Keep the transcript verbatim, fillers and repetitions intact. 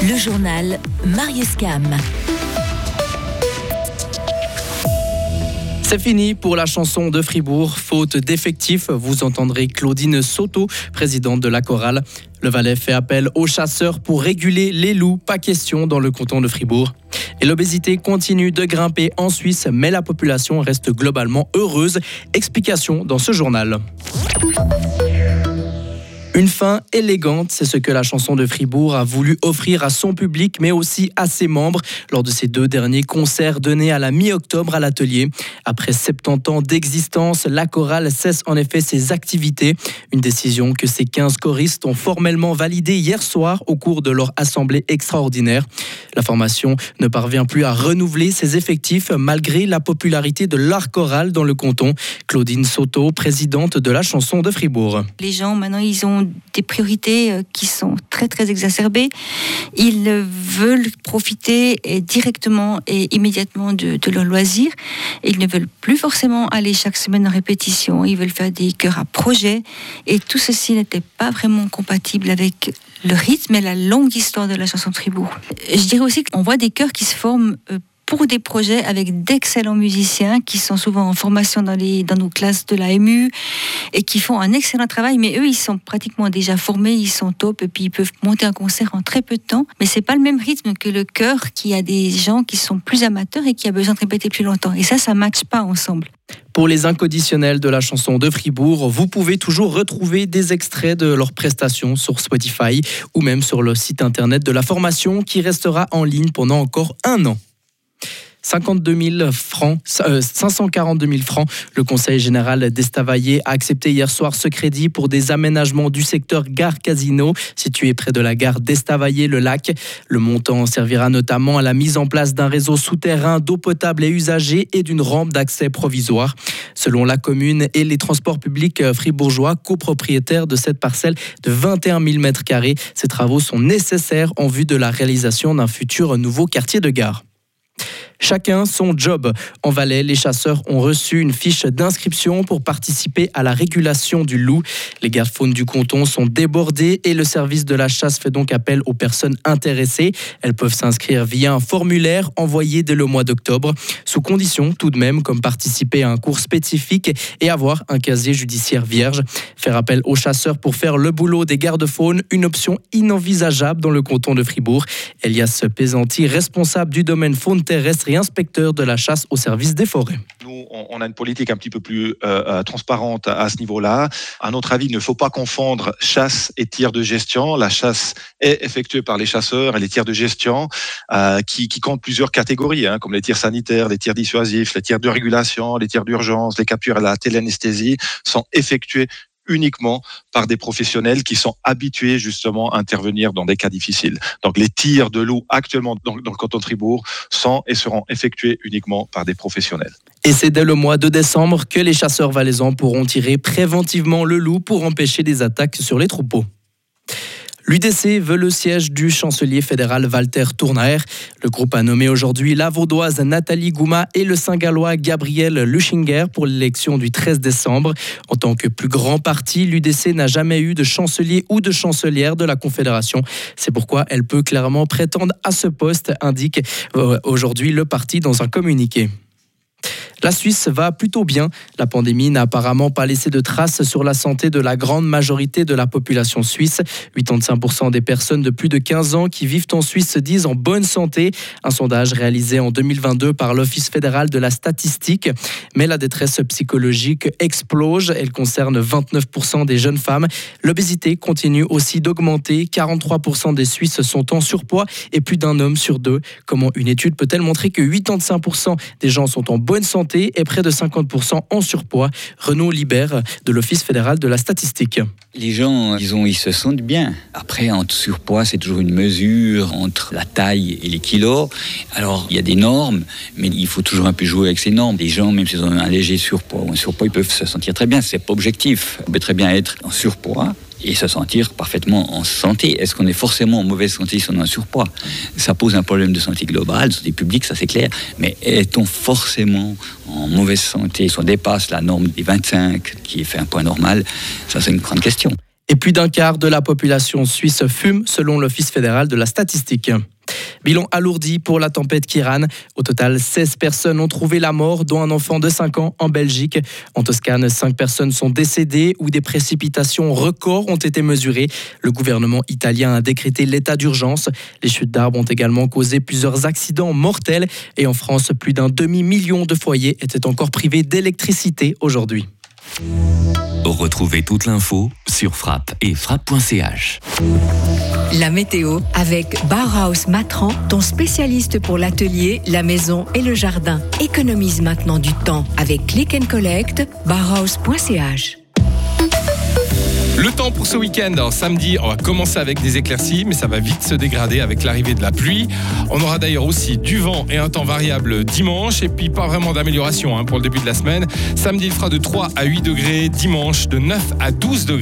Le journal Marius Cam. C'est fini pour la chanson de Fribourg. Faute d'effectifs, vous entendrez Claudine Soto, présidente de la chorale. Le Valais fait appel aux chasseurs pour réguler les loups. Pas question dans le canton de Fribourg. Et l'obésité continue de grimper en Suisse, mais la population reste globalement heureuse. Explication dans ce journal. Une fin élégante, c'est ce que la chanson de Fribourg a voulu offrir à son public, mais aussi à ses membres, lors de ses deux derniers concerts donnés à la mi-octobre à l'atelier. Après soixante-dix ans d'existence, la chorale cesse en effet ses activités. Une décision que ces quinze choristes ont formellement validée hier soir au cours de leur assemblée extraordinaire. La formation ne parvient plus à renouveler ses effectifs malgré la popularité de l'art choral dans le canton. Claudine Soto, présidente de la chanson de Fribourg. Les gens, maintenant, ils ont des priorités qui sont très très exacerbées. Ils veulent profiter directement et immédiatement de, de leur loisir. Ils ne veulent plus forcément aller chaque semaine en répétition. Ils veulent faire des chœurs à projet. Et tout ceci n'était pas vraiment compatible avec le rythme et la longue histoire de la chanson de Fribourg. Je dirais aussi qu'on voit des chœurs qui se forment pour des projets avec d'excellents musiciens qui sont souvent en formation dans, les, dans nos classes de la M U et qui font un excellent travail, mais eux, ils sont pratiquement déjà formés, ils sont top et puis ils peuvent monter un concert en très peu de temps. Mais c'est pas le même rythme que le chœur qui a des gens qui sont plus amateurs et qui a besoin de répéter plus longtemps. Et ça, ça ne matche pas ensemble. Pour les inconditionnels de la chanson de Fribourg, vous pouvez toujours retrouver des extraits de leurs prestations sur Spotify ou même sur le site internet de la formation qui restera en ligne pendant encore un an. cinquante-deux mille francs, euh, cinq cent quarante-deux mille francs. Le Conseil général d'Estavayer a accepté hier soir ce crédit pour des aménagements du secteur gare Casino, situé près de la gare d'Estavayer-le-Lac. Le montant servira notamment à la mise en place d'un réseau souterrain d'eau potable et usagée et d'une rampe d'accès provisoire. Selon la commune et les transports publics fribourgeois, copropriétaires de cette parcelle de vingt et un mille mètres carrés, ces travaux sont nécessaires en vue de la réalisation d'un futur nouveau quartier de gare. Chacun son job. En Valais, les chasseurs ont reçu une fiche d'inscription pour participer à la régulation du loup. Les gardes-faunes du canton sont débordés et le service de la chasse fait donc appel aux personnes intéressées. Elles peuvent s'inscrire via un formulaire envoyé dès le mois d'octobre, sous condition tout de même comme participer à un cours spécifique et avoir un casier judiciaire vierge. Faire appel aux chasseurs pour faire le boulot des gardes-faunes, une option inenvisageable dans le canton de Fribourg. Elias Pesanti, responsable du domaine faune terrestre et inspecteur de la chasse au service des forêts. Nous, on a une politique un petit peu plus euh, transparente à ce niveau-là. À notre avis, il ne faut pas confondre chasse et tir de gestion. La chasse est effectuée par les chasseurs et les tirs de gestion euh, qui, qui comptent plusieurs catégories, hein, comme les tirs sanitaires, les tirs dissuasifs, les tirs de régulation, les tirs d'urgence, les captures à la téléanesthésie sont effectués uniquement par des professionnels qui sont habitués justement à intervenir dans des cas difficiles. Donc les tirs de loup actuellement dans, dans le canton de Fribourg sont et seront effectués uniquement par des professionnels. Et c'est dès le mois de décembre que les chasseurs valaisans pourront tirer préventivement le loup pour empêcher des attaques sur les troupeaux. L'U D C veut le siège du chancelier fédéral Walter Thurnaer. Le groupe a nommé aujourd'hui la Vaudoise Nathalie Gouma et le Saint-Gallois Gabriel Luchinger pour l'élection du treize décembre. En tant que plus grand parti, l'U D C n'a jamais eu de chancelier ou de chancelière de la Confédération. C'est pourquoi elle peut clairement prétendre à ce poste, indique aujourd'hui le parti dans un communiqué. La Suisse va plutôt bien. La pandémie n'a apparemment pas laissé de traces sur la santé de la grande majorité de la population suisse. quatre-vingt-quinze pour cent des personnes de plus de quinze ans qui vivent en Suisse se disent en bonne santé. Un sondage réalisé en deux mille vingt-deux par l'Office fédéral de la statistique. Mais la détresse psychologique explose. Elle concerne vingt-neuf pour cent des jeunes femmes. L'obésité continue aussi d'augmenter. quarante-trois pour cent des Suisses sont en surpoids et plus d'un homme sur deux. Comment une étude peut-elle montrer que quatre-vingt-quinze pour cent des gens sont en bonne santé et près de cinquante pour cent en surpoids? Renaud Libert de l'Office fédéral de la statistique. Les gens, disons, ils se sentent bien. Après, en surpoids, c'est toujours une mesure entre la taille et les kilos. Alors, il y a des normes, mais il faut toujours un peu jouer avec ces normes. Les gens, même s'ils ont un léger surpoids ou un surpoids, ils peuvent se sentir très bien. C'est pas objectif. On peut très bien être en surpoids et se sentir parfaitement en santé. Est-ce qu'on est forcément en mauvaise santé si on a un surpoids ? Ça pose un problème de santé globale, de santé publique, ça c'est clair. Mais est-on forcément en mauvaise santé si on dépasse la norme des vingt-cinq, qui est fait un point normal ? Ça c'est une grande question. Et plus d'un quart de la population suisse fume, selon l'Office fédéral de la statistique. Bilan alourdi pour la tempête Kiran. Au total, seize personnes ont trouvé la mort, dont un enfant de cinq ans en Belgique. En Toscane, cinq personnes sont décédées où des précipitations records ont été mesurées. Le gouvernement italien a décrété l'état d'urgence. Les chutes d'arbres ont également causé plusieurs accidents mortels. Et en France, plus d'un demi-million de foyers étaient encore privés d'électricité aujourd'hui. Retrouvez toute l'info sur Frappe et frappe point c h. La météo avec Bauhaus Matran, ton spécialiste pour l'atelier, la maison et le jardin. Économise maintenant du temps avec Click and Collect, bauhaus point c h. Le temps pour ce week-end. Alors, samedi, on va commencer avec des éclaircies, mais ça va vite se dégrader avec l'arrivée de la pluie. On aura d'ailleurs aussi du vent et un temps variable dimanche, et puis pas vraiment d'amélioration hein, pour le début de la semaine. Samedi, il fera de trois à huit degrés, dimanche de neuf à douze degrés.